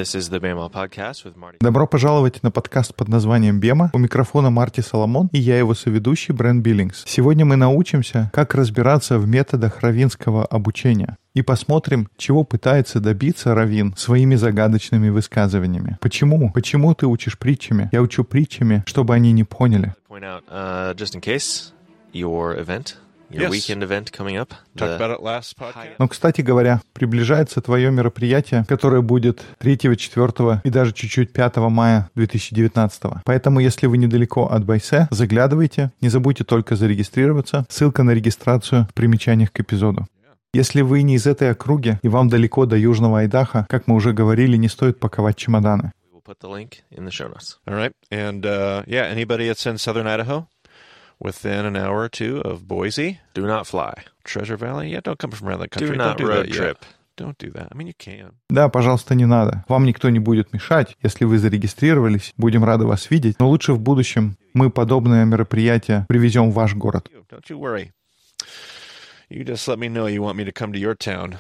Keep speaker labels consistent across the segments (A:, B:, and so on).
A: This is the BEMA podcast with Marty.
B: Добро пожаловать на подкаст под названием «Бема». У микрофона Марти Соломон и я его соведущий Брент Биллингс. Сегодня мы научимся, как разбираться в методах раввинского обучения. И посмотрим, чего пытается добиться раввин своими загадочными высказываниями. Почему? Почему ты учишь притчами? Я учу притчами, чтобы они не поняли.
A: Point out, just in case, your event, your weekend event coming up.
C: Talked about it last podcast.
B: Но, кстати говоря, приближается твое мероприятие, которое будет 3, 4 и даже чуть-чуть 5 мая 2019. Поэтому, если вы недалеко от Байсе, заглядывайте. Не забудьте только зарегистрироваться. Ссылка на регистрацию в примечаниях к эпизоду. Если вы не из этой округи и вам далеко до Южного Айдахо, как мы уже говорили, не стоит паковать чемоданы.
A: We'll put the link in the show notes.
C: All right. And anybody that's in southern Idaho, within an hour or two of Boise,
A: Do not fly.
C: Treasure Valley, don't come from around that country.
A: Do not
C: Don't do
A: road
C: that
A: trip.
C: yet. Don't do that. I mean, you can.
B: Да, пожалуйста, не надо. Вам никто не будет мешать. Если вы зарегистрировались, будем рады вас видеть. Но лучше в будущем мы подобное мероприятие привезем в ваш город.
C: Don't you worry. You just let me know you want me to come to your town.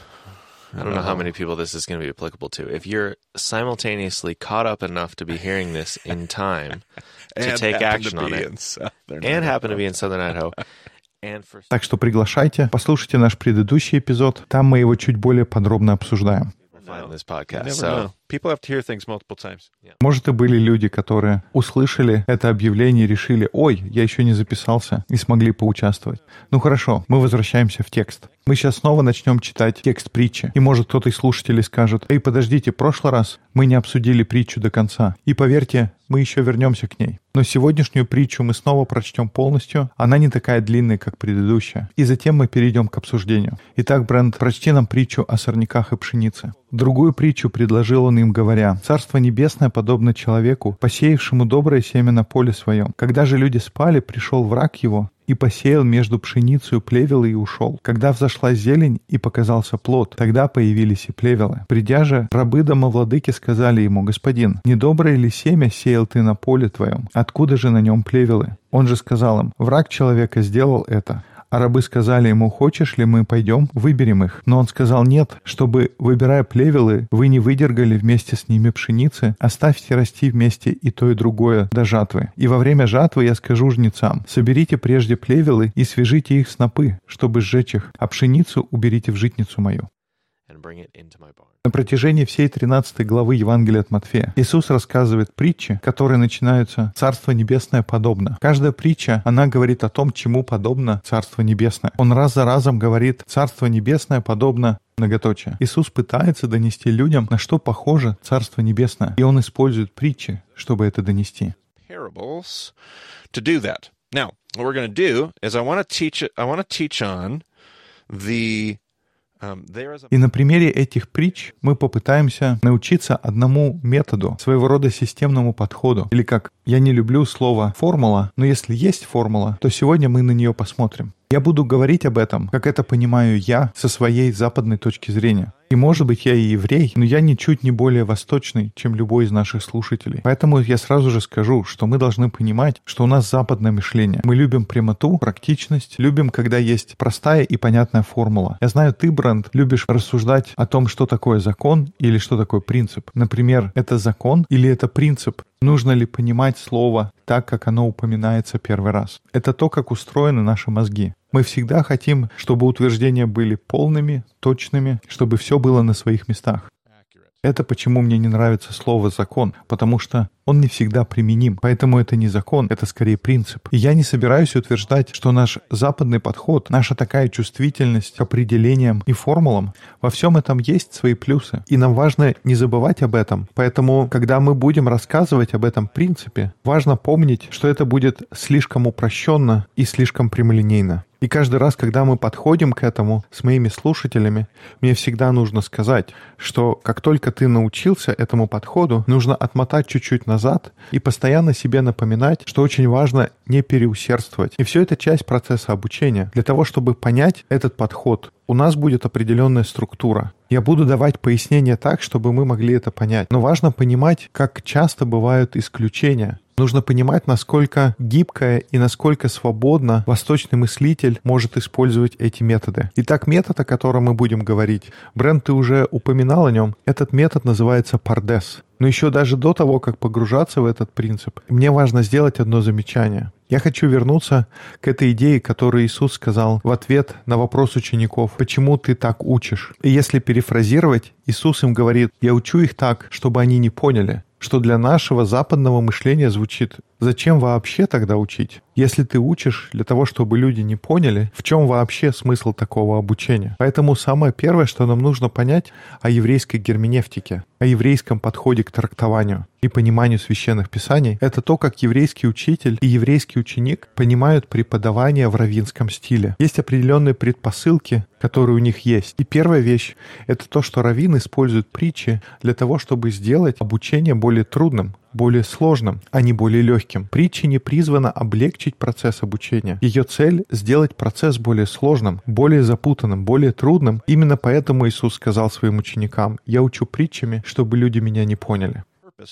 A: I don't know how many people this is going to be applicable to. If you're simultaneously caught up enough to be hearing this in time to take action on it, and happen to be in Southern Idaho, and for...
B: Так что приглашайте, послушайте наш предыдущий эпизод. Там мы его чуть более подробно обсуждаем.
A: find this
C: You
A: podcast.
C: never
A: So,
C: know. People have to hear things multiple times.
B: Может, и были люди, которые услышали это объявление и решили: ой, я еще не записался, и смогли поучаствовать. Ну хорошо, мы возвращаемся в текст. Мы сейчас снова начнем читать текст притчи. И может кто-то из слушателей скажет: эй, подождите, в прошлый раз мы не обсудили притчу до конца. И поверьте, мы еще вернемся к ней. Но сегодняшнюю притчу мы снова прочтем полностью. Она не такая длинная, как предыдущая. И затем мы перейдем к обсуждению. Итак, Брент, прочти нам притчу о сорняках и пшенице. Другую притчу предложил он им, говоря: «Царство небесное подобно человеку, посеявшему доброе семя на поле своем. Когда же люди спали, пришел враг его и посеял между пшеницей плевелы и ушел. Когда взошла зелень и показался плод, тогда появились и плевелы. Придя же, рабы домовладыки сказали ему: господин, недоброе ли семя сеял ты на поле твоем? Откуда же на нем плевелы? Он же сказал им: враг человека сделал это». А рабы сказали ему: хочешь ли мы пойдем, выберем их? Но он сказал: нет, чтобы, выбирая плевелы, вы не выдергали вместе с ними пшеницы, оставьте расти вместе и то, и другое до жатвы. И во время жатвы я скажу жнецам: соберите прежде плевелы и свяжите их снопы, чтобы сжечь их, а пшеницу уберите в житницу мою».
A: and bring it into my barn.
B: На протяжении всей 13 главы Евангелия от Матфея Иисус рассказывает притчи, которые начинаются «Царство небесное подобно». Каждая притча, она говорит о том, чему подобно Царство небесное. Он раз за разом говорит: «Царство небесное подобно…» многоточие. Иисус пытается донести людям, на что похоже Царство небесное, и он использует притчи, чтобы это донести.
C: Parables to do that. Now, what we're going to do is I want to teach on the
B: И на примере этих притч мы попытаемся научиться одному методу, своего рода системному подходу. Или как, я не люблю слово «формула», но если есть формула, то сегодня мы на нее посмотрим. Я буду говорить об этом, как это понимаю я, со своей западной точки зрения. И, может быть, я и еврей, но я ничуть не более восточный, чем любой из наших слушателей. Поэтому я сразу же скажу, что мы должны понимать, что у нас западное мышление. Мы любим прямоту, практичность, любим, когда есть простая и понятная формула. Я знаю, ты, Брент, любишь рассуждать о том, что такое закон или что такое принцип. Например, это закон или это принцип? Нужно ли понимать слово так, как оно упоминается первый раз? Это то, как устроены наши мозги. Мы всегда хотим, чтобы утверждения были полными, точными, чтобы все было на своих местах. Это почему мне не нравится слово «закон», потому что он не всегда применим. Поэтому это не закон, это скорее принцип. И я не собираюсь утверждать, что наш западный подход, наша такая чувствительность к определениям и формулам, во всем этом есть свои плюсы. И нам важно не забывать об этом. Поэтому, когда мы будем рассказывать об этом принципе, важно помнить, что это будет слишком упрощенно и слишком прямолинейно. И каждый раз, когда мы подходим к этому с моими слушателями, мне всегда нужно сказать, что как только ты научился этому подходу, нужно отмотать чуть-чуть назад и постоянно себе напоминать, что очень важно не переусердствовать. И все это часть процесса обучения. Для того, чтобы понять этот подход, у нас будет определенная структура. Я буду давать пояснения так, чтобы мы могли это понять. Но важно понимать, как часто бывают исключения. Нужно понимать, насколько гибко и насколько свободно восточный мыслитель может использовать эти методы. Итак, метод, о котором мы будем говорить, Брент, ты уже упоминал о нем, этот метод называется пардес. Но еще даже до того, как погружаться в этот принцип, мне важно сделать одно замечание. Я хочу вернуться к этой идее, которую Иисус сказал в ответ на вопрос учеников: «Почему ты так учишь?» И если перефразировать, Иисус им говорит: «Я учу их так, чтобы они не поняли», что для нашего западного мышления звучит: «Зачем вообще тогда учить? Если ты учишь для того, чтобы люди не поняли, в чем вообще смысл такого обучения?» Поэтому самое первое, что нам нужно понять о еврейской герменевтике, о еврейском подходе к трактованию и пониманию священных писаний, это то, как еврейский учитель и еврейский ученик понимают преподавание в раввинском стиле. Есть определенные предпосылки, которые у них есть. И первая вещь — это то, что раввин использует притчи для того, чтобы сделать обучение более трудным, более сложным, а не более легким. Притча не призвана облегчить процесс обучения. Ее цель — сделать процесс более сложным, более запутанным, более трудным. Именно поэтому Иисус сказал своим ученикам: «Я учу притчами, чтобы люди меня не поняли».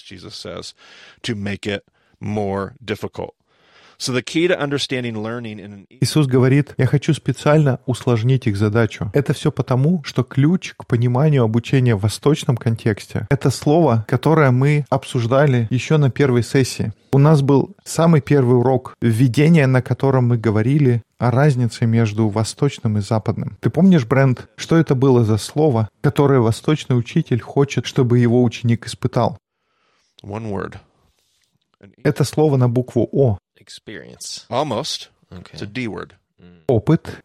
B: Иисус говорит: «Я хочу специально усложнить их задачу». Это все потому, что ключ к пониманию обучения в восточном контексте — это слово, которое мы обсуждали еще на первой сессии. У нас был самый первый урок введения, на котором мы говорили о разнице между восточным и западным. Ты помнишь, Брент, что это было за слово, которое восточный учитель хочет, чтобы его ученик испытал?
C: One word.
B: Это слово на букву «О».
A: Experience.
C: Almost.
A: Okay.
C: It's a D word.
B: Опыт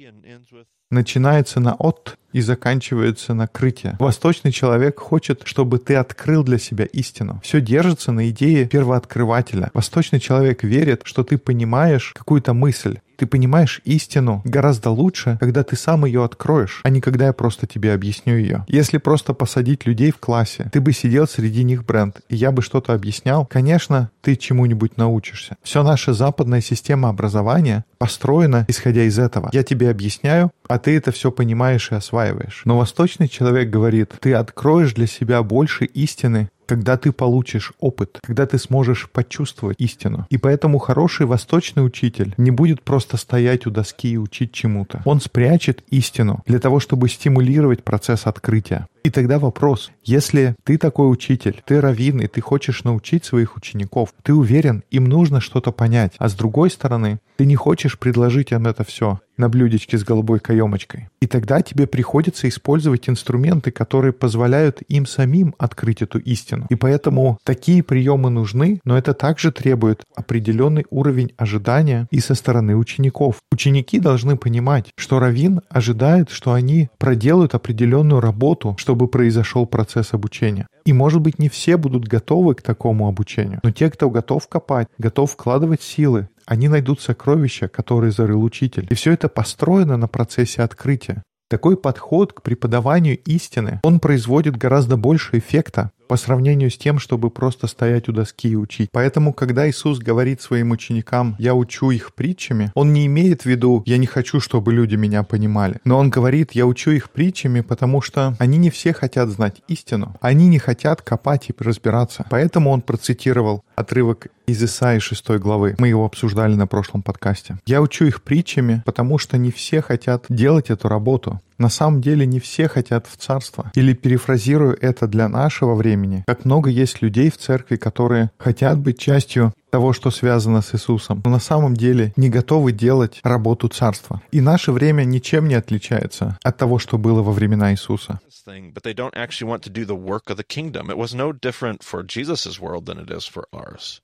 B: начинается на «от» и заканчивается на «крытие». Восточный человек хочет, чтобы ты открыл для себя истину. Все держится на идее первооткрывателя. Восточный человек верит, что ты понимаешь какую-то мысль. Ты понимаешь истину гораздо лучше, когда ты сам ее откроешь, а не когда я просто тебе объясню ее. Если просто посадить людей в классе, ты бы сидел среди них, Брент, и я бы что-то объяснял, конечно, ты чему-нибудь научишься. Вся наша западная система образования построена исходя из этого. Я тебе объясняю, а ты это все понимаешь и осваиваешь. Но восточный человек говорит: ты откроешь для себя больше истины, когда ты получишь опыт, когда ты сможешь почувствовать истину. И поэтому хороший восточный учитель не будет просто стоять у доски и учить чему-то. Он спрячет истину для того, чтобы стимулировать процесс открытия. И тогда вопрос: если ты такой учитель, ты раввин, и ты хочешь научить своих учеников, ты уверен, им нужно что-то понять, а с другой стороны, ты не хочешь предложить им это все на блюдечке с голубой каемочкой. И тогда тебе приходится использовать инструменты, которые позволяют им самим открыть эту истину. И поэтому такие приемы нужны, но это также требует определенный уровень ожидания и со стороны учеников. Ученики должны понимать, что раввин ожидает, что они проделают определенную работу, чтобы произошел процесс обучения. И, может быть, не все будут готовы к такому обучению, но те, кто готов копать, готов вкладывать силы, они найдут сокровища, которые зарыл учитель. И все это построено на процессе открытия. Такой подход к преподаванию истины, он производит гораздо больше эффекта по сравнению с тем, чтобы просто стоять у доски и учить. Поэтому, когда Иисус говорит своим ученикам: «Я учу их притчами», Он не имеет в виду: «Я не хочу, чтобы люди меня понимали». Но Он говорит: «Я учу их притчами, потому что они не все хотят знать истину. Они не хотят копать и разбираться». Поэтому Он процитировал отрывок из Исаии 6 главы. Мы его обсуждали на прошлом подкасте. «Я учу их притчами, потому что не все хотят делать эту работу». На самом деле не все хотят в царство. Или перефразирую это для нашего времени: как много есть людей в церкви, которые хотят быть частью того, что связано с Иисусом, но на самом деле не готовы делать работу царства. И наше время ничем не отличается от того, что было во времена Иисуса.
C: But they don't actually want to do the work of the kingdom. It was no different for Jesus' world than it is for ours.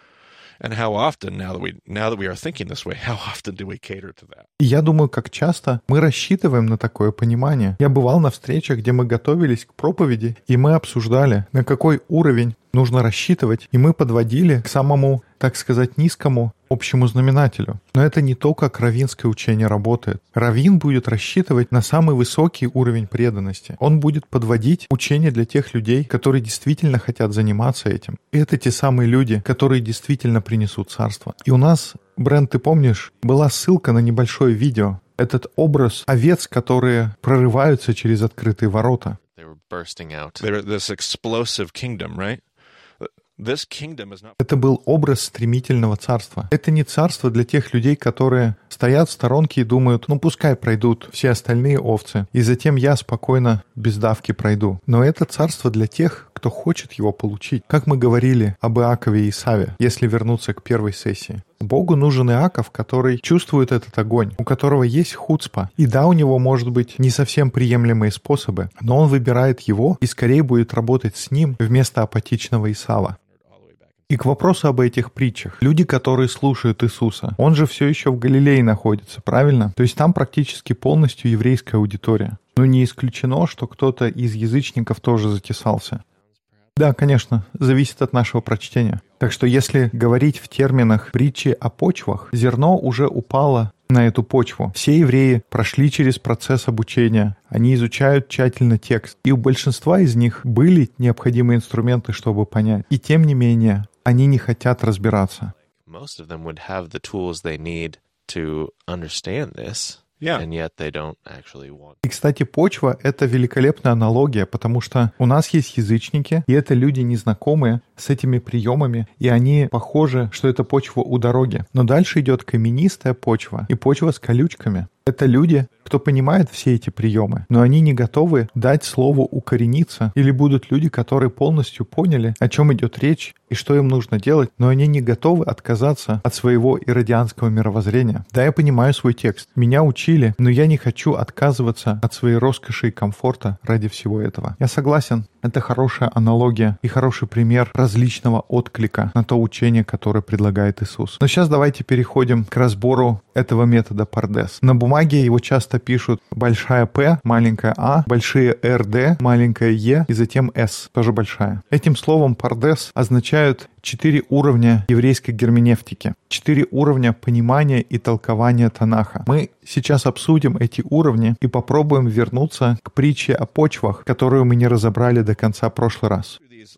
C: And how often, now that we are thinking this way, how often do we cater to that?
B: И я думаю, как часто мы рассчитываем на такое понимание. Я бывал на встречах, где мы готовились к проповеди, и мы обсуждали, на какой уровень нужно рассчитывать, и мы подводили к самому, так сказать, низкому общему знаменателю. Но это не то, как раввинское учение работает. Раввин будет рассчитывать на самый высокий уровень преданности. Он будет подводить учение для тех людей, которые действительно хотят заниматься этим. И это те самые люди, которые действительно принесут царство. И у нас, Брент, ты помнишь, была ссылка на небольшое видео. Этот образ овец, которые прорываются через открытые ворота.
A: They were bursting out.
C: They're this explosive kingdom, right?
B: Это был образ стремительного царства. Это не царство для тех людей, которые стоят в сторонке и думают, ну пускай пройдут все остальные овцы, и затем я спокойно без давки пройду. Но это царство для тех, кто хочет его получить. Как мы говорили об Иакове и Исаве, если вернуться к первой сессии. Богу нужен Иаков, который чувствует этот огонь, у которого есть хуцпа. И да, у него, может быть, не совсем приемлемые способы, но он выбирает его и скорее будет работать с ним вместо апатичного Исава. И к вопросу об этих притчах. Люди, которые слушают Иисуса, он же все еще в Галилее находится, правильно? То есть там практически полностью еврейская аудитория. Но не исключено, что кто-то из язычников тоже затесался. Да, конечно, зависит от нашего прочтения. Так что если говорить в терминах притчи о почвах, зерно уже упало на эту почву. Все евреи прошли через процесс обучения, они изучают тщательно текст, и у большинства из них были необходимые инструменты, чтобы понять. И тем не менее, они не хотят разбираться. И, кстати, почва — это великолепная аналогия, потому что у нас есть язычники, и это люди незнакомые с этими приемами, и они похожи, что это почва у дороги. Но дальше идет каменистая почва и почва с колючками. Это люди, кто понимает все эти приемы, но они не готовы дать слову укорениться, или будут люди, которые полностью поняли, о чем идет речь и что им нужно делать, но они не готовы отказаться от своего иродианского мировоззрения. Да, я понимаю свой текст. Меня учили, но я не хочу отказываться от своей роскоши и комфорта ради всего этого. Я согласен. Это хорошая аналогия и хороший пример различного отклика на то учение, которое предлагает Иисус. Но сейчас давайте переходим к разбору этого метода Пардес. На бумаге его часто пишут большая П, маленькая А, большие РД, маленькая Е и затем С, тоже большая. Этим словом Пардес означают 4 уровня еврейской герменевтики, 4 уровня понимания и толкования Танаха. Мы сейчас обсудим эти уровни и попробуем вернуться к притче о почвах, которую мы не разобрали до конца в прошлый раз.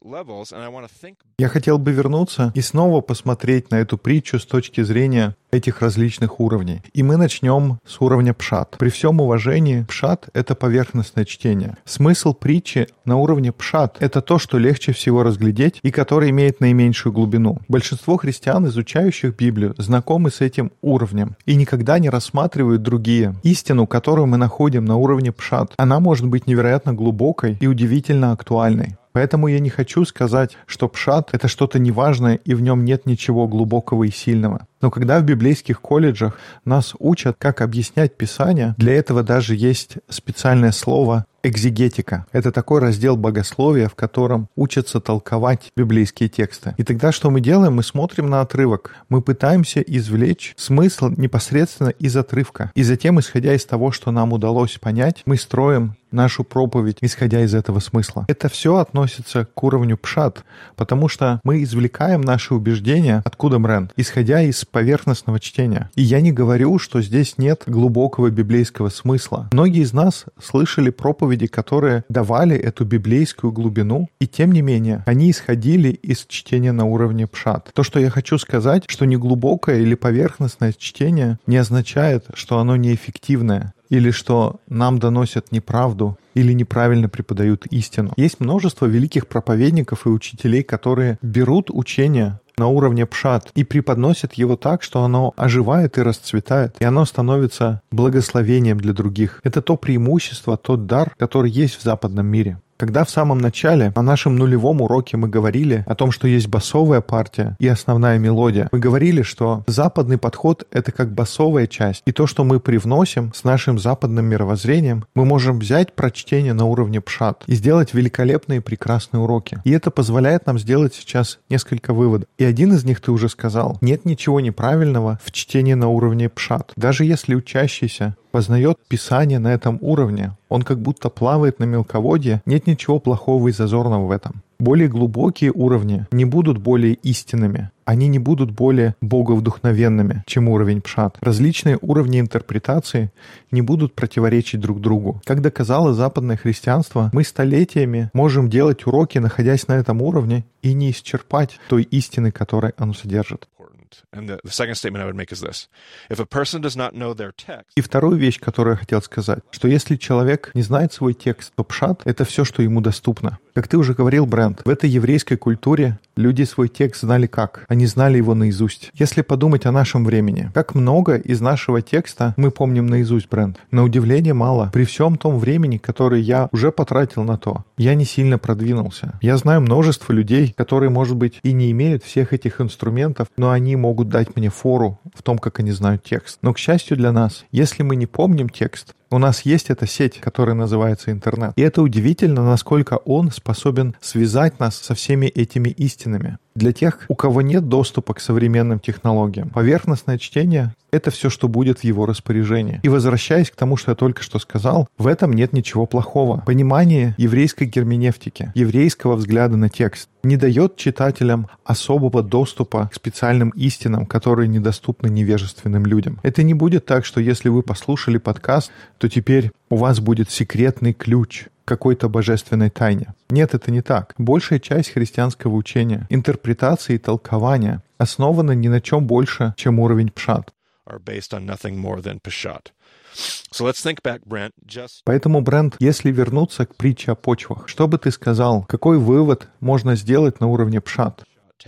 B: Я хотел бы вернуться и снова посмотреть на эту притчу с точки зрения этих различных уровней. И мы начнем с уровня пшат. При всем уважении, пшат — это поверхностное чтение. Смысл притчи на уровне пшат — это то, что легче всего разглядеть и которое имеет наименьшую глубину. Большинство христиан, изучающих Библию, знакомы с этим уровнем и никогда не рассматривают другие. Истину, которую мы находим на уровне пшат, она может быть невероятно глубокой и удивительно актуальной. Поэтому я не хочу сказать, что пшат — это что-то неважное и в нем нет ничего глубокого и сильного. Но когда в библейских колледжах нас учат, как объяснять Писание, для этого даже есть специальное слово экзегетика. Это такой раздел богословия, в котором учатся толковать библейские тексты. И тогда что мы делаем? Мы смотрим на отрывок. Мы пытаемся извлечь смысл непосредственно из отрывка. И затем, исходя из того, что нам удалось понять, мы строим нашу проповедь, исходя из этого смысла. Это все относится к уровню пшат, потому что мы извлекаем наши убеждения, откуда Мрен, исходя из поверхностного чтения. И я не говорю, что здесь нет глубокого библейского смысла. Многие из нас слышали проповеди, которые давали эту библейскую глубину, и тем не менее, они исходили из чтения на уровне пшат. То, что я хочу сказать, что неглубокое или поверхностное чтение не означает, что оно неэффективное, или что нам доносят неправду, или неправильно преподают истину. Есть множество великих проповедников и учителей, которые берут учение на уровне пшат и преподносят его так, что оно оживает и расцветает, и оно становится благословением для других. Это то преимущество, тот дар, который есть в западном мире. Когда в самом начале на нашем нулевом уроке мы говорили о том, что есть басовая партия и основная мелодия, мы говорили, что западный подход — это как басовая часть. И то, что мы привносим с нашим западным мировоззрением, мы можем взять прочтение на уровне пшат и сделать великолепные прекрасные уроки. И это позволяет нам сделать сейчас несколько выводов. И один из них ты уже сказал. Нет ничего неправильного в чтении на уровне пшат. Даже если учащийся познает Писание на этом уровне, он как будто плавает на мелководье, нет ничего плохого и зазорного в этом. Более глубокие уровни не будут более истинными, они не будут более боговдухновенными, чем уровень пшат. Различные уровни интерпретации не будут противоречить друг другу. Как доказало западное христианство, мы столетиями можем делать уроки, находясь на этом уровне, и не исчерпать той истины, которой оно содержит. И вторую вещь, которую я хотел сказать, что если человек не знает свой текст, то пшат — это все, что ему доступно. Как ты уже говорил, Брент, в этой еврейской культуре люди свой текст знали как? Они знали его наизусть. Если подумать о нашем времени, как много из нашего текста мы помним наизусть, Брент? На удивление мало. При всем том времени, которое я уже потратил на то, я не сильно продвинулся. Я знаю множество людей, которые, может быть, и не имеют всех этих инструментов, но они могут дать мне фору в том, как они знают текст. Но, к счастью для нас, если мы не помним текст, у нас есть эта сеть, которая называется интернет. И это удивительно, насколько он способен связать нас со всеми этими истинами. Для тех, у кого нет доступа к современным технологиям, поверхностное чтение — это все, что будет в его распоряжении. И возвращаясь к тому, что я только что сказал, в этом нет ничего плохого. Понимание еврейской герменевтики, еврейского взгляда на текст не дает читателям особого доступа к специальным истинам, которые недоступны невежественным людям. Это не будет так, что если вы послушали подкаст, то теперь у вас будет секретный ключ к какой-то божественной тайне. Нет, это не так. Большая часть христианского учения, интерпретации и толкования основана ни на чем больше, чем уровень пшат. Поэтому, Брент, если вернуться к притче о почвах, что бы ты сказал, какой вывод можно сделать на уровне пшат?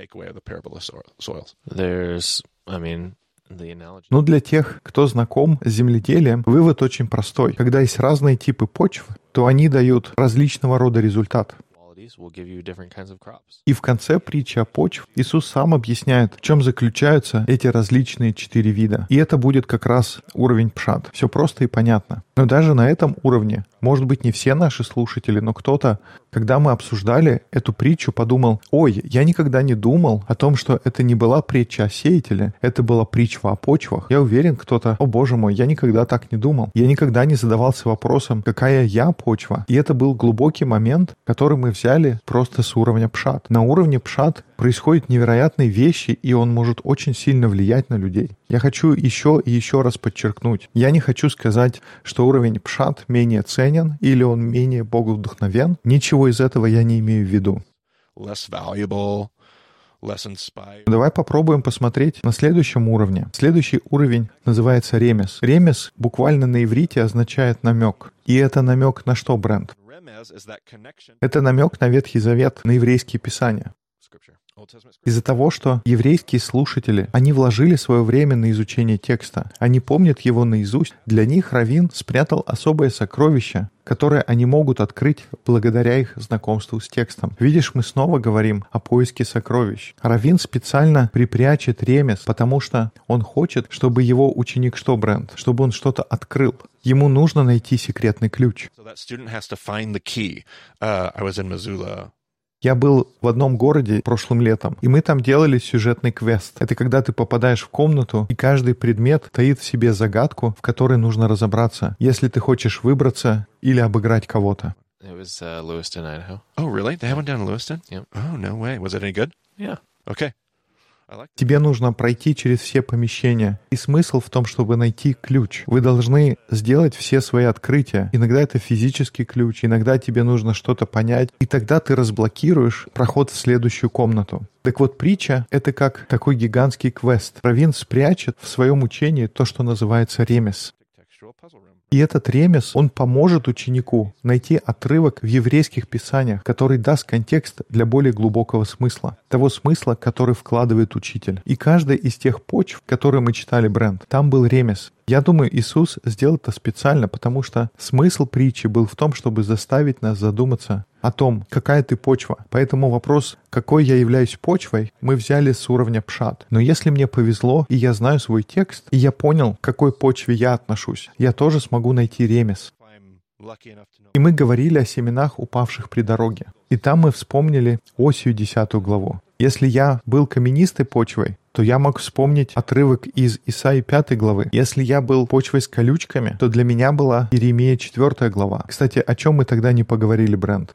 B: Ну, для тех, кто знаком с земледелием, вывод очень простой. Когда есть разные типы почв, то они дают различного рода результат. И в конце притчи о почвах Иисус сам объясняет, в чем заключаются эти различные 4 вида. И это будет как раз уровень пшат. Все просто и понятно. Но даже на этом уровне, может быть, не все наши слушатели, но кто-то, когда мы обсуждали эту притчу, подумал: ой, я никогда не думал о том, что это не была притча о сеятеле, это была притча о почвах. Я уверен, кто-то: о боже мой, я никогда так не думал. Я никогда не задавался вопросом, какая я почва. И это был глубокий момент, который мы взяли просто с уровня пшат. На уровне пшат происходят невероятные вещи, и он может очень сильно влиять на людей. Я хочу еще и еще раз подчеркнуть. Я не хочу сказать, что уровень пшат менее ценен или он менее боговдохновен. Ничего из этого я не имею в виду. Давай попробуем посмотреть на следующем уровне. Следующий уровень называется ремес. Ремес буквально на иврите означает намек. И это намек на что, Брент? Это намек на Ветхий Завет, на еврейские писания. Из-за того, что еврейские слушатели, они вложили свое время на изучение текста, они помнят его наизусть, для них раввин спрятал особое сокровище, которое они могут открыть благодаря их знакомству с текстом. Видишь, мы снова говорим о поиске сокровищ. Раввин специально припрячет ремес, потому что он хочет, чтобы его ученик что, Брент? Чтобы он что-то открыл. Ему нужно найти секретный ключ. Я был в одном городе прошлым летом, и мы там делали сюжетный квест. Это когда ты попадаешь в комнату, и каждый предмет таит в себе загадку, в которой нужно разобраться, если ты хочешь выбраться или обыграть кого-то.
A: It was Lewiston, Idaho.
C: Oh, really? They have one down in Lewiston?
A: Yep.
C: Oh, no way. Was it any good?
A: Yeah.
C: Okay.
B: Тебе нужно пройти через все помещения. И смысл в том, чтобы найти ключ. Вы должны сделать все свои открытия. Иногда это физический ключ, иногда тебе нужно что-то понять. И тогда ты разблокируешь проход в следующую комнату. Так вот, притча — это как такой гигантский квест. Раввин спрячет в своем учении то, что называется ремес. И этот ремес, он поможет ученику найти отрывок в еврейских писаниях, который даст контекст для более глубокого смысла. Того смысла, который вкладывает учитель. И каждая из тех почв, которые мы читали, Брент, там был ремес. Я думаю, Иисус сделал это специально, потому что смысл притчи был в том, чтобы заставить нас задуматься о том, какая ты почва. Поэтому вопрос, какой я являюсь почвой, мы взяли с уровня пшат. Но если мне повезло, и я знаю свой текст, и я понял, к какой почве я отношусь, я тоже смогу найти ремес. И мы говорили о семенах, упавших при дороге. И там мы вспомнили Осию 10 главу. Если я был каменистой почвой, то я мог вспомнить отрывок из Исаии 5 главы. Если я был почвой с колючками, то для меня была Иеремия 4 глава. Кстати, о чем мы тогда не поговорили, Брент?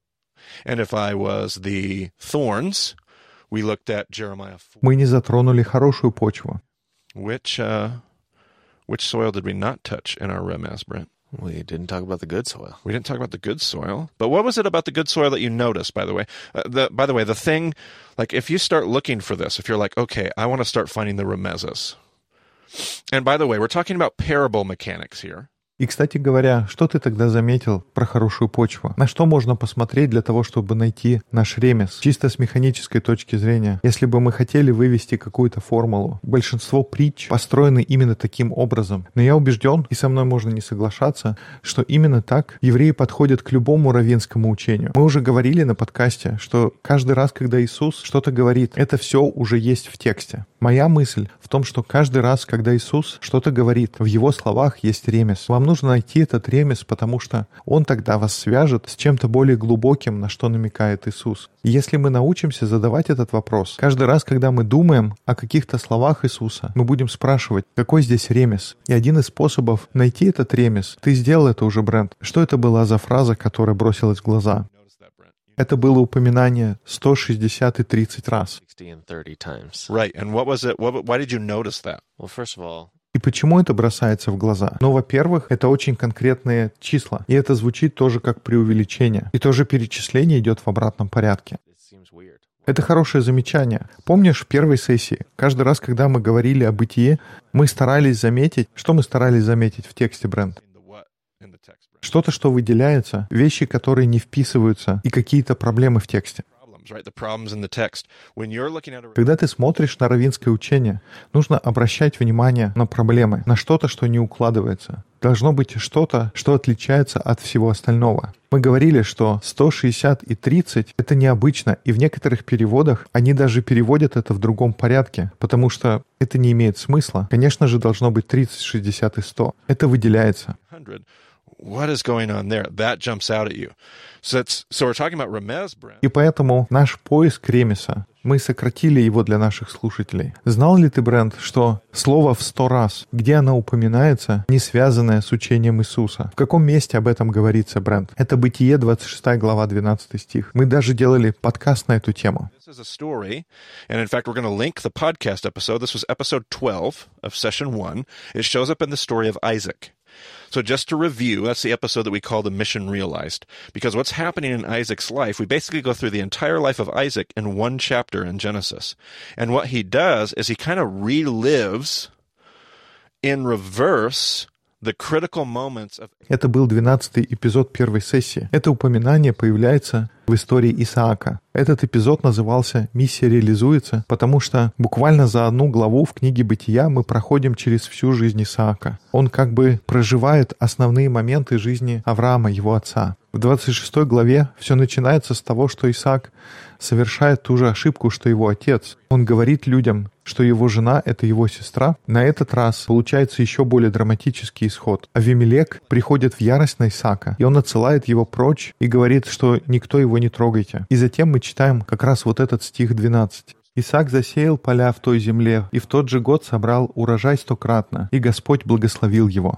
B: Мы не затронули хорошую почву.
C: Which soil did we not touch in our remez, Brent?
A: We didn't talk about the good soil.
C: We didn't talk about the good soil. But what was it about the good soil that you noticed, by the way? The thing, like if you start looking for this, if you're like, okay, I want to start finding the remezes. And by the way, we're talking about parable mechanics here.
B: И, кстати говоря, что ты тогда заметил про хорошую почву? На что можно посмотреть для того, чтобы найти наш ремес? Чисто с механической точки зрения. Если бы мы хотели вывести какую-то формулу, большинство притч построены именно таким образом. Но я убежден, и со мной можно не соглашаться, что именно так евреи подходят к любому раввинскому учению. Мы уже говорили на подкасте, что каждый раз, когда Иисус что-то говорит, это все уже есть в тексте. Моя мысль в том, что каждый раз, когда Иисус что-то говорит, в Его словах есть ремес. Вам нужно найти этот ремес, потому что Он тогда вас свяжет с чем-то более глубоким, на что намекает Иисус. И если мы научимся задавать этот вопрос, каждый раз, когда мы думаем о каких-то словах Иисуса, мы будем спрашивать, какой здесь ремес. И один из способов найти этот ремес, ты сделал это уже, Брент. Что это была за фраза, которая бросилась в глаза? Это было упоминание 160 и 30 раз.
C: Right. And what was it? Why did you notice that?
A: Well, first of all,
B: и почему это бросается в глаза? Ну, во-первых, это очень конкретные числа. И это звучит тоже как преувеличение. И тоже перечисление идет в обратном порядке. Это хорошее замечание. Помнишь, в первой сессии, каждый раз, когда мы говорили о бытие, мы старались заметить... Что мы старались заметить в тексте, Брент? Что-то, что выделяется, вещи, которые не вписываются, и какие-то проблемы в тексте. Когда ты смотришь на раввинское учение, нужно обращать внимание на проблемы, на что-то, что не укладывается. Должно быть что-то, что отличается от всего остального. Мы говорили, что 160 и 30 — это необычно, и в некоторых переводах они даже переводят это в другом порядке, потому что это не имеет смысла. Конечно же, должно быть 30, 60 и 100. Это выделяется.
C: What is going on there? That jumps out at you. So we're talking about remez, Brent.
B: И поэтому наш поиск ремеса, мы сократили его для наших слушателей. Знал ли ты, Брент, что слово в 100 раз, где оно упоминается, не связанное с учением Иисуса? В каком месте об этом говорится, Брент? Это Бытие, 26 глава, 12 стих. Мы даже делали подкаст на эту тему.
C: This is a story, and in fact, we're going to link the podcast episode. This was episode 12 of session 1. It shows up in the story of Isaac. So just to review, that's the episode that we call The Mission Realized. Because what's happening in Isaac's life, we basically go through the entire life of Isaac in one chapter in Genesis. And what he does is he kind of relives in reverse the critical moments of...
B: Это был 12-й эпизод первой сессии. Это упоминание появляется в истории Исаака. Этот эпизод назывался «Миссия реализуется», потому что буквально за одну главу в книге Бытия мы проходим через всю жизнь Исаака. Он как бы проживает основные моменты жизни Авраама, его отца. В 26 главе все начинается с того, что Исаак совершает ту же ошибку, что его отец. Он говорит людям, что его жена — это его сестра. На этот раз получается еще более драматический исход. Авимелек приходит в ярость на Исаака, и он отсылает его прочь и говорит, что никто его не трогайте. И затем мы читаем как раз вот этот стих 12. «Исаак засеял поля в той земле, и в тот же год собрал урожай 100-кратно, и Господь благословил его».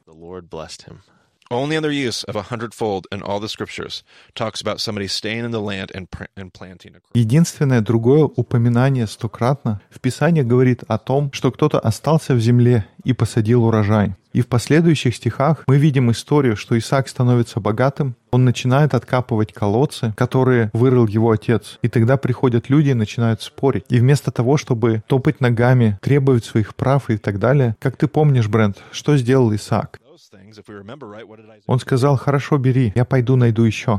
C: Only other use of 100-fold in all the scriptures talks about somebody staying in the land and planting a crop.
B: Единственное другое упоминание 100-кратно в Писании говорит о том, что кто-то остался в земле и посадил урожай. И в последующих стихах мы видим историю, что Исаак становится богатым, он начинает откапывать колодцы, которые вырыл его отец. И тогда приходят люди и начинают спорить. И вместо того, чтобы топать ногами, требовать своих прав и так далее, как ты помнишь, Брент, что сделал Исаак? Он сказал: «Хорошо, бери, я пойду найду еще».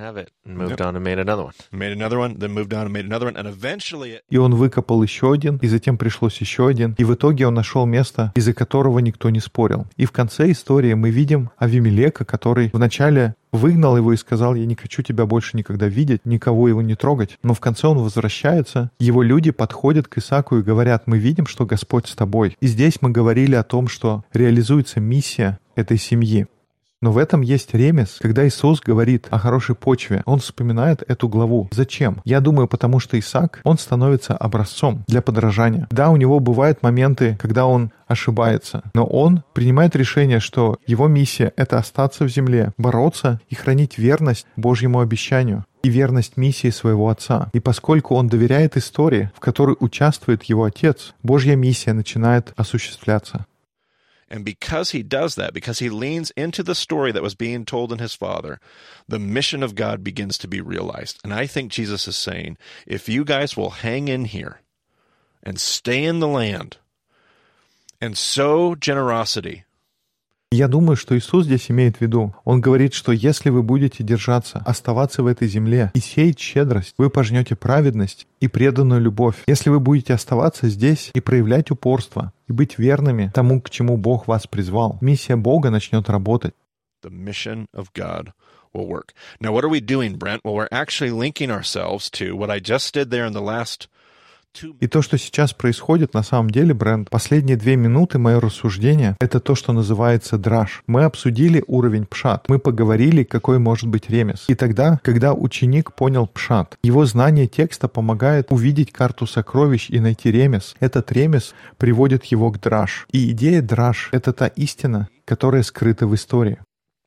B: И он выкопал еще один, и затем пришлось еще один, и в итоге он нашел место, из-за которого никто не спорил. И в конце истории мы видим Авимелека, который вначале выгнал его и сказал: «Я не хочу тебя больше никогда видеть, никого его не трогать». Но в конце он возвращается, его люди подходят к Исааку и говорят: «Мы видим, что Господь с тобой». И здесь мы говорили о том, что реализуется миссия этой семьи. Но в этом есть ремес. Когда Иисус говорит о хорошей почве, Он вспоминает эту главу. Зачем? Я думаю, потому что Исаак, он становится образцом для подражания. Да, у него бывают моменты, когда он ошибается, но он принимает решение, что его миссия — это остаться в земле, бороться и хранить верность Божьему обещанию и верность миссии своего отца. И поскольку он доверяет истории, в которой участвует его отец, Божья миссия начинает осуществляться.
C: And because he does that, because he leans into the story that was being told in his Father, the mission of God begins to be realized. And I think Jesus is saying, if you guys will hang in here and stay in the land and sow generosity.
B: Я думаю, что Иисус здесь имеет в виду. Он говорит, что если вы будете держаться, оставаться в этой земле и сеять щедрость, вы пожнете праведность и преданную любовь. Если вы будете оставаться здесь и проявлять упорство, и быть верными тому, к чему Бог вас призвал, миссия Бога начнет работать.
C: The mission of God will work. Now, what are we doing, Brent? Well, we're actually linking ourselves to what I just did there in the last.
B: И то, что сейчас происходит, на самом деле, Брент, последние 2 минуты мое рассуждение — это то, что называется драж. Мы обсудили уровень пшат, мы поговорили, какой может быть ремес. И тогда, когда ученик понял пшат, его знание текста помогает увидеть карту сокровищ и найти ремес. Этот ремес приводит его к драж. И идея драж — это та истина, которая скрыта в истории.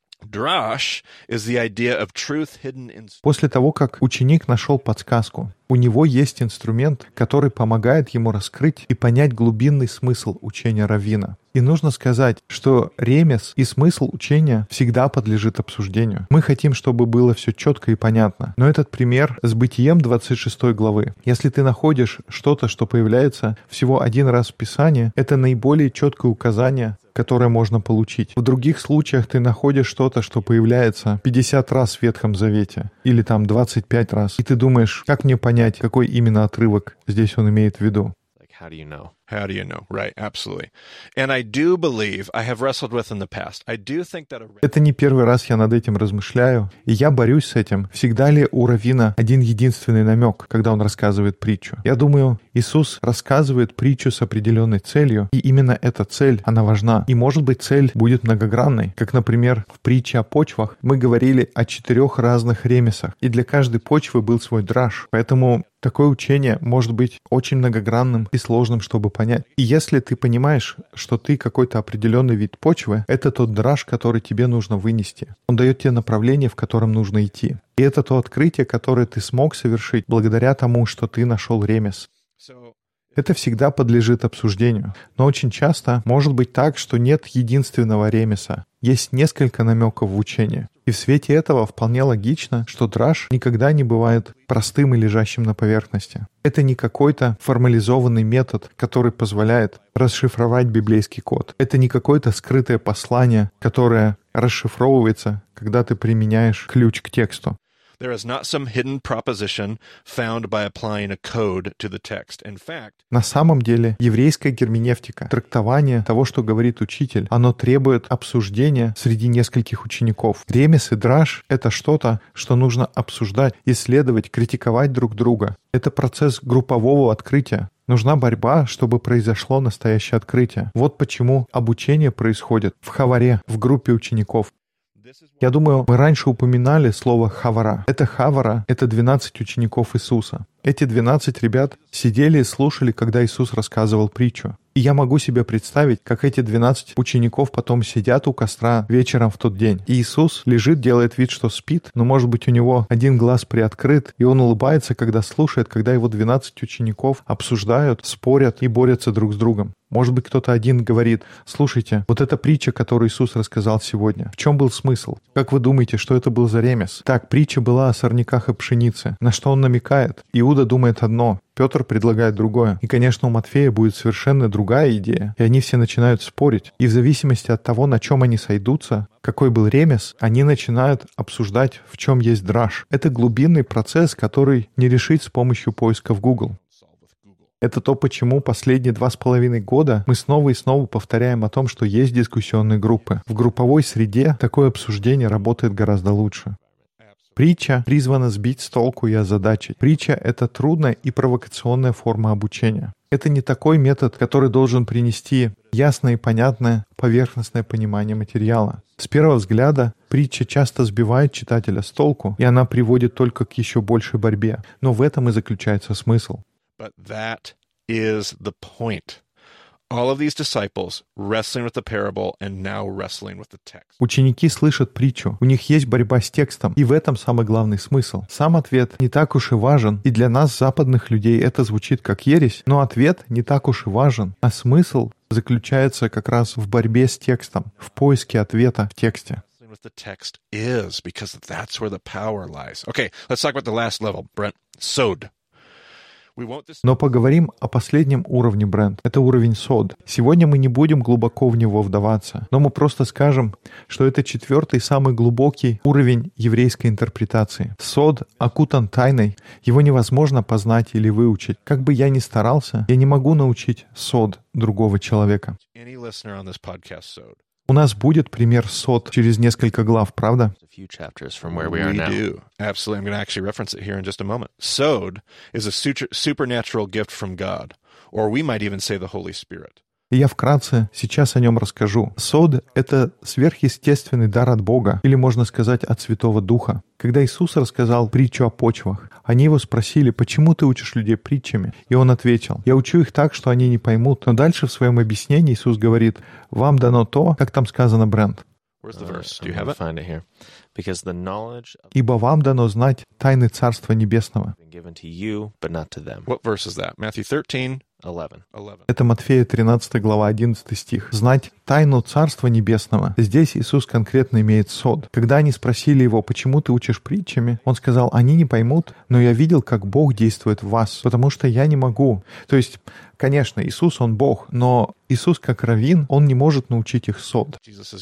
B: После того, как ученик нашел подсказку, у него есть инструмент, который помогает ему раскрыть и понять глубинный смысл учения раввина. И нужно сказать, что ремес и смысл учения всегда подлежит обсуждению. Мы хотим, чтобы было все четко и понятно. Но этот пример с Бытием 26 главы. Если ты находишь что-то, что появляется всего один раз в Писании, это наиболее четкое указание, которое можно получить. В других случаях ты находишь что-то, что появляется 50 раз в Ветхом Завете, или там 25 раз, и ты думаешь, как мне понять, какой именно отрывок здесь он имеет в виду?
A: How do you know?
C: How do you know? Right, absolutely. And I do believe, I have wrestled with in the past, I do think that
B: Это не первый раз я над этим размышляю, и я борюсь с этим. Всегда ли у раввина один единственный намек, когда он рассказывает притчу? Я думаю, Иисус рассказывает притчу с определенной целью, и именно эта цель, она важна. И, может быть, цель будет многогранной. Как, например, в притче о почвах мы говорили о 4 разных ремесах, и для каждой почвы был свой драж. Поэтому такое учение может быть очень многогранным и сложным, чтобы понять. И если ты понимаешь, что ты какой-то определенный вид почвы, это тот драж, который тебе нужно вынести. Он дает тебе направление, в котором нужно идти. И это то открытие, которое ты смог совершить благодаря тому, что ты нашел ремес. Это всегда подлежит обсуждению. Но очень часто может быть так, что нет единственного ремеса. Есть несколько намеков в учении. И в свете этого вполне логично, что драж никогда не бывает простым и лежащим на поверхности. Это не какой-то формализованный метод, который позволяет расшифровать библейский код. Это не какое-то скрытое послание, которое расшифровывается, когда ты применяешь ключ к тексту.
C: There is not some hidden proposition found by applying a code to the text. In fact,
B: на самом деле, еврейская герменевтика, трактование того, что говорит учитель, оно требует обсуждения среди нескольких учеников. Ремес и драж — это что-то, что нужно обсуждать, исследовать, критиковать друг друга. Это процесс группового открытия. Нужна борьба, чтобы произошло настоящее открытие. Вот почему обучение происходит в хаваре, в группе учеников. Я думаю, мы раньше упоминали слово «хавара». Это хавара — это 12 учеников Иисуса. Эти 12 ребят сидели и слушали, когда Иисус рассказывал притчу. И я могу себе представить, как эти 12 учеников потом сидят у костра вечером в тот день. И Иисус лежит, делает вид, что спит, но, может быть, у него один глаз приоткрыт, и он улыбается, когда слушает, когда его 12 учеников обсуждают, спорят и борются друг с другом. Может быть, кто-то один говорит: «Слушайте, вот эта притча, которую Иисус рассказал сегодня, в чем был смысл? Как вы думаете, что это был за ремес?» Так, притча была о сорняках и пшенице. На что он намекает? Иуда думает одно, Петр предлагает другое. И, конечно, у Матфея будет совершенно другая идея. И они все начинают спорить. И в зависимости от того, на чем они сойдутся, какой был ремес, они начинают обсуждать, в чем есть драж. Это глубинный процесс, который не решить с помощью поиска в Google. Это то, почему последние 2,5 года мы снова и снова повторяем о том, что есть дискуссионные группы. В групповой среде такое обсуждение работает гораздо лучше. Притча призвана сбить с толку и озадачить. Притча — это трудная и провокационная форма обучения. Это не такой метод, который должен принести ясное и понятное поверхностное понимание материала. С первого взгляда притча часто сбивает читателя с толку, и она приводит только к еще большей борьбе. Но в этом и заключается смысл.
C: But that is the point. All of these disciples wrestling with the parable and now wrestling with the text.
B: Ученики слышат притчу, у них есть борьба с текстом, и в этом самый главный смысл. Сам ответ не так уж и важен, и для нас, западных людей, это звучит как ересь, но ответ не так уж и важен, а смысл заключается как раз в борьбе с текстом, в поиске ответа в тексте.
C: With the text is, because that's where the power lies. Okay, let's talk about the last level, Brent. Sod.
B: Но поговорим о последнем уровне, Брент. Это уровень сод. Сегодня мы не будем глубоко в него вдаваться, но мы просто скажем, что это 4-й самый глубокий уровень еврейской интерпретации. Сод окутан тайной, его невозможно познать или выучить. Как бы я ни старался, я не могу научить сод другого человека. У нас будет пример сод через несколько глав, правда?
C: We do. Absolutely. I'm going to actually reference it here in just a moment. Sod is a supernatural gift from God, or we might even say the Holy Spirit.
B: И я вкратце сейчас о нем расскажу. Сод — это сверхъестественный дар от Бога, или, можно сказать, от Святого Духа. Когда Иисус рассказал притчу о почвах, они его спросили, почему ты учишь людей притчами? И он ответил, я учу их так, что они не поймут. Но дальше в своем объяснении Иисус говорит, вам дано то, как там сказано, Брент. Ибо вам дано знать тайны Царства Небесного.
C: What verse is that? Matthew 13. 11.
B: Это Матфея 13 глава, 11 стих. «Знать тайну Царства Небесного». Здесь Иисус конкретно имеет сод. Когда они спросили его, почему ты учишь притчами, он сказал, они не поймут, но я видел, как Бог действует в вас, потому что я не могу. То есть, конечно, Иисус, Он Бог, но Иисус, как раввин, Он не может научить их сод.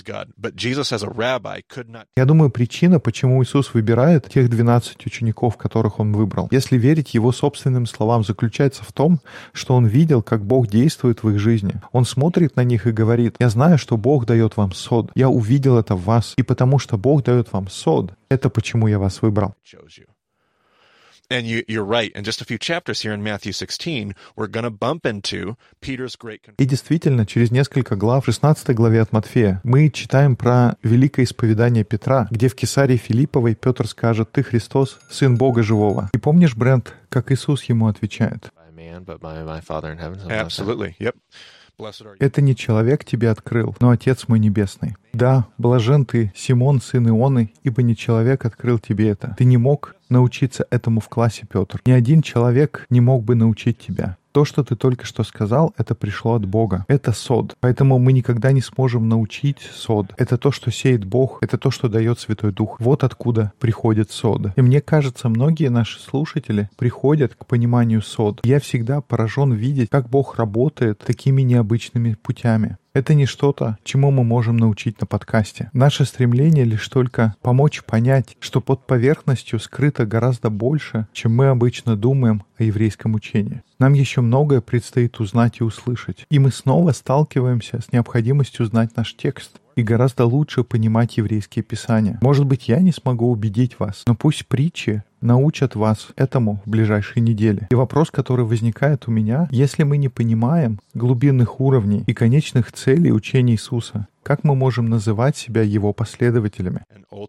B: Я думаю, причина, почему Иисус выбирает тех 12 учеников, которых Он выбрал, если верить Его собственным словам, заключается в том, что Он видел, как Бог действует в их жизни. Он смотрит на них и говорит, я знаю, что Бог дает вам сод. Я увидел это в вас. И потому что Бог дает вам сод, это почему я вас выбрал.
C: And you're right. In just a few chapters here in Matthew 16, we're going to bump into Peter's great confession.
B: И действительно, через несколько глав, в 16 главе от Матфея, мы читаем про великое исповедание Петра, где в Кесарии Филипповой Петр скажет, ты Христос, Сын Бога Живого. И помнишь, Брент, как Иисус ему отвечает?
C: Absolutely. Yep.
B: Это не человек тебе открыл, но Отец мой Небесный. Да, блажен ты, Симон, сын Ионы, ибо не человек открыл тебе это. Ты не мог научиться этому в классе, Петр. Ни один человек не мог бы научить тебя. То, что ты только что сказал, это пришло от Бога. Это сод. Поэтому мы никогда не сможем научить сод. Это то, что сеет Бог. Это то, что дает Святой Дух. Вот откуда приходит сод. И мне кажется, многие наши слушатели приходят к пониманию сод. Я всегда поражен видеть, как Бог работает такими необычными путями. Это не что-то, чему мы можем научить на подкасте. Наше стремление лишь только помочь понять, что под поверхностью скрыто гораздо больше, чем мы обычно думаем о еврейском учении. Нам еще многое предстоит узнать и услышать. И мы снова сталкиваемся с необходимостью знать наш текст и гораздо лучше понимать еврейские писания. Может быть, я не смогу убедить вас, но пусть притчи научат вас этому в ближайшие недели. И вопрос, который возникает у меня, если мы не понимаем глубинных уровней и конечных целей учения Иисуса, как мы можем называть себя Его последователями?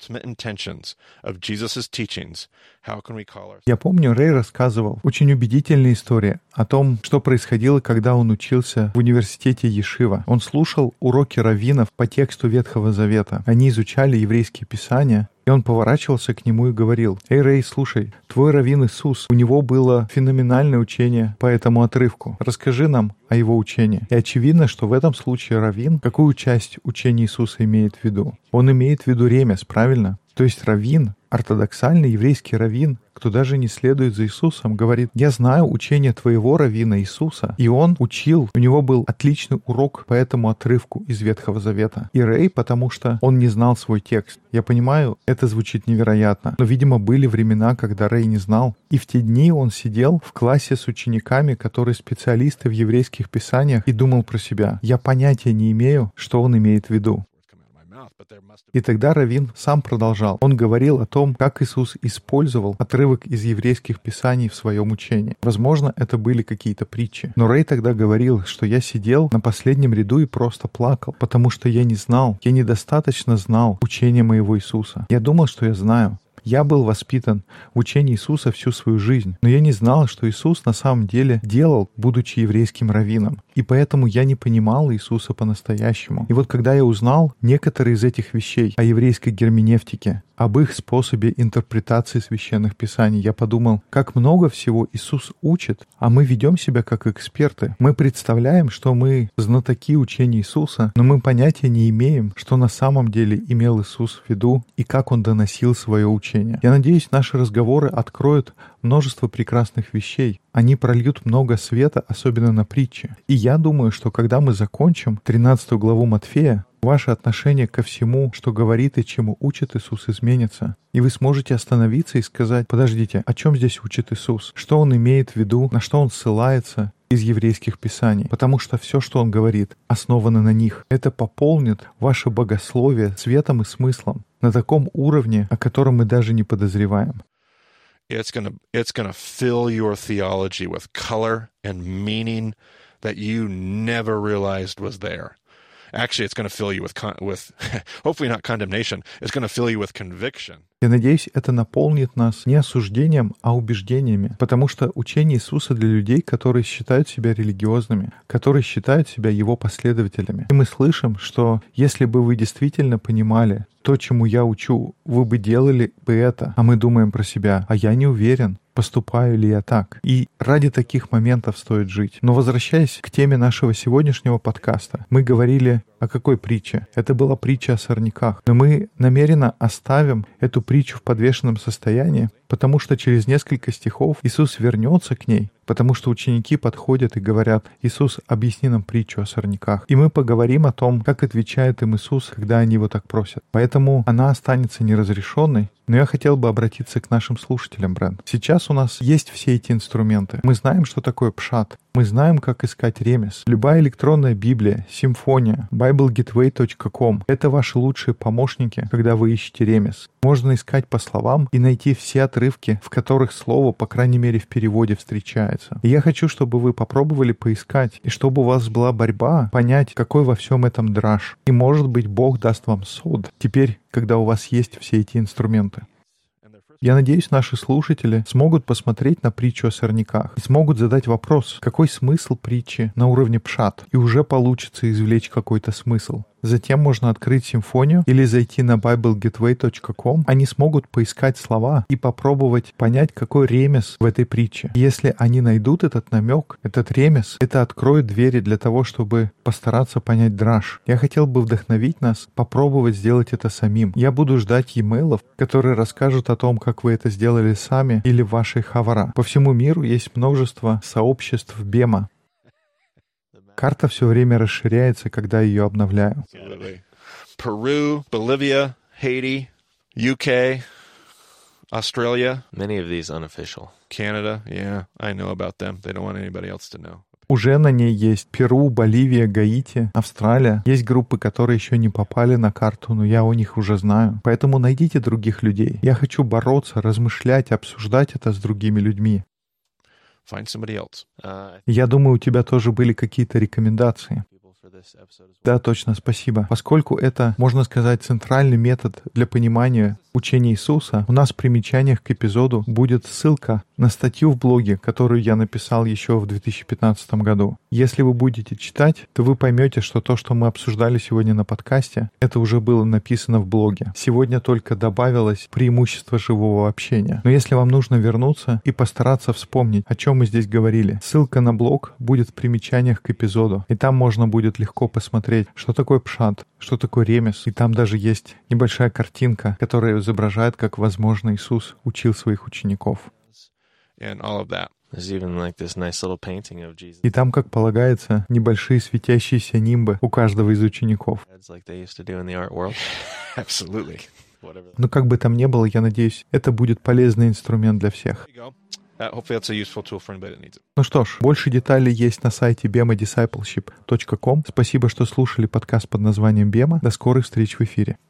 B: Я помню, Рэй рассказывал очень убедительные истории о том, что происходило, когда он учился в университете Ешива. Он слушал уроки раввинов по тексту Ветхого Завета. Они изучали еврейские писания, и он поворачивался к нему и говорил, «Эй, Рэй, слушай, твой раввин Иисус, у него было феноменальное учение по этому отрывку. Расскажи нам о его учении». И очевидно, что в этом случае раввин какую часть учения Иисуса имеет в виду? Он имеет в виду ремес, правильно? То есть раввин, ортодоксальный еврейский раввин, кто даже не следует за Иисусом, говорит, я знаю учение твоего раввина Иисуса, и он учил, у него был отличный урок по этому отрывку из Ветхого Завета. И Рэй, потому что он не знал свой текст. Я понимаю, это звучит невероятно, но, видимо, были времена, когда Рэй не знал. И в те дни он сидел в классе с учениками, которые специалисты в еврейских писаниях, и думал про себя, я понятия не имею, что он имеет в виду. И тогда раввин сам продолжал. Он говорил о том, как Иисус использовал отрывок из еврейских писаний в своем учении. Возможно, это были какие-то притчи. Но Рэй тогда говорил, что я сидел на последнем ряду и просто плакал, потому что я не знал, я недостаточно знал учения моего Иисуса. Я думал, что я знаю, Я был воспитан в учении Иисуса всю свою жизнь, но я не знал, что Иисус на самом деле делал, будучи еврейским раввином. И поэтому я не понимал Иисуса по-настоящему. И вот когда я узнал некоторые из этих вещей о еврейской герменевтике, об их способе интерпретации священных писаний, я подумал, как много всего Иисус учит, а мы ведем себя как эксперты. Мы представляем, что мы знатоки учения Иисуса, но мы понятия не имеем, что на самом деле имел Иисус в виду и как Он доносил свое учение. Я надеюсь, наши разговоры откроют множество прекрасных вещей. Они прольют много света, особенно на притчи. И я думаю, что когда мы закончим 13 главу Матфея, ваше отношение ко всему, что говорит и чему учит Иисус, изменится. И вы сможете остановиться и сказать: подождите, о чем здесь учит Иисус? Что Он имеет в виду? На что Он ссылается из еврейских писаний? Потому что все, что Он говорит, основано на них. Это пополнит ваше богословие светом и смыслом на таком уровне, о котором мы даже не подозреваем.
C: It's gonna fill your theology with color and meaning that you never realized was there. Actually, it's going to fill you with hopefully not condemnation. It's going to fill you with conviction.
B: Я надеюсь, это наполнит нас не осуждением, а убеждениями, потому что учение Иисуса для людей, которые считают себя религиозными, которые считают себя Его последователями. И мы слышим, что если бы вы действительно понимали то, чему я учу, вы бы делали бы это, а мы думаем про себя: а я не уверен, поступаю ли я так. И ради таких моментов стоит жить. Но возвращаясь к теме нашего сегодняшнего подкаста, мы говорили о какой притче? Это была притча о сорняках. Но мы намеренно оставим эту притчу в подвешенном состоянии, потому что через несколько стихов Иисус вернется к ней, потому что ученики подходят и говорят: «Иисус, объясни нам притчу о сорняках». И мы поговорим о том, как отвечает им Иисус, когда они Его так просят. Поэтому она останется неразрешенной. Но я хотел бы обратиться к нашим слушателям, Брент. Сейчас у нас есть все эти инструменты. Мы знаем, что такое пшат. Мы знаем, как искать ремес. Любая электронная Библия, симфония, BibleGateway.com — это ваши лучшие помощники, когда вы ищете ремес. Можно искать по словам и найти все отрывки, в которых слово, по крайней мере, в переводе встречается. И я хочу, чтобы вы попробовали поискать, и чтобы у вас была борьба понять, какой во всем этом драж. И, может быть, Бог даст вам сод теперь, когда у вас есть все эти инструменты. Я надеюсь, наши слушатели смогут посмотреть на притчу о сорняках и смогут задать вопрос, какой смысл притчи на уровне пшат, и уже получится извлечь какой-то смысл. Затем можно открыть симфонию или зайти на BibleGateway.com. Они смогут поискать слова и попробовать понять, какой ремес в этой притче. И если они найдут этот намек, этот ремес, это откроет двери для того, чтобы постараться понять драж. Я хотел бы вдохновить нас попробовать сделать это самим. Я буду ждать e-mail'ов, которые расскажут о том, как вы это сделали сами или в вашей хавара. По всему миру есть множество сообществ Бема. Карта все время расширяется, когда ее обновляю.
C: Peru, Bolivia, Haiti, UK, Australia.
A: Many of these unofficial.
C: Canada, yeah, I know about them. They don't want anybody else to know.
B: Уже на ней есть Перу, Боливия, Гаити, Австралия. Есть группы, которые еще не попали на карту, но я о них уже знаю. Поэтому найдите других людей. Я хочу бороться, размышлять, обсуждать это с другими людьми.
C: Find somebody else.
B: Я думаю, у тебя тоже были какие-то рекомендации. Да, точно, спасибо. Поскольку это, можно сказать, центральный метод для понимания учения Иисуса, у нас в примечаниях к эпизоду будет ссылка на статью в блоге, которую я написал еще в 2015 году. Если вы будете читать, то вы поймете, что то, что мы обсуждали сегодня на подкасте, это уже было написано в блоге. Сегодня только добавилось преимущество живого общения. Но если вам нужно вернуться и постараться вспомнить, о чем мы здесь говорили, ссылка на блог будет в примечаниях к эпизоду. И там можно будет легко посмотреть, что такое пшат, что такое ремес. И там даже есть небольшая картинка, которая изображает, как, возможно, Иисус учил своих учеников. И там, как полагается, небольшие светящиеся нимбы у каждого из учеников. Но как бы там ни было, я надеюсь, это будет полезный инструмент для всех. Ну что ж, больше деталей есть на сайте bemadiscipleship.com. Спасибо, что слушали подкаст под названием «Бема». До скорых встреч в эфире.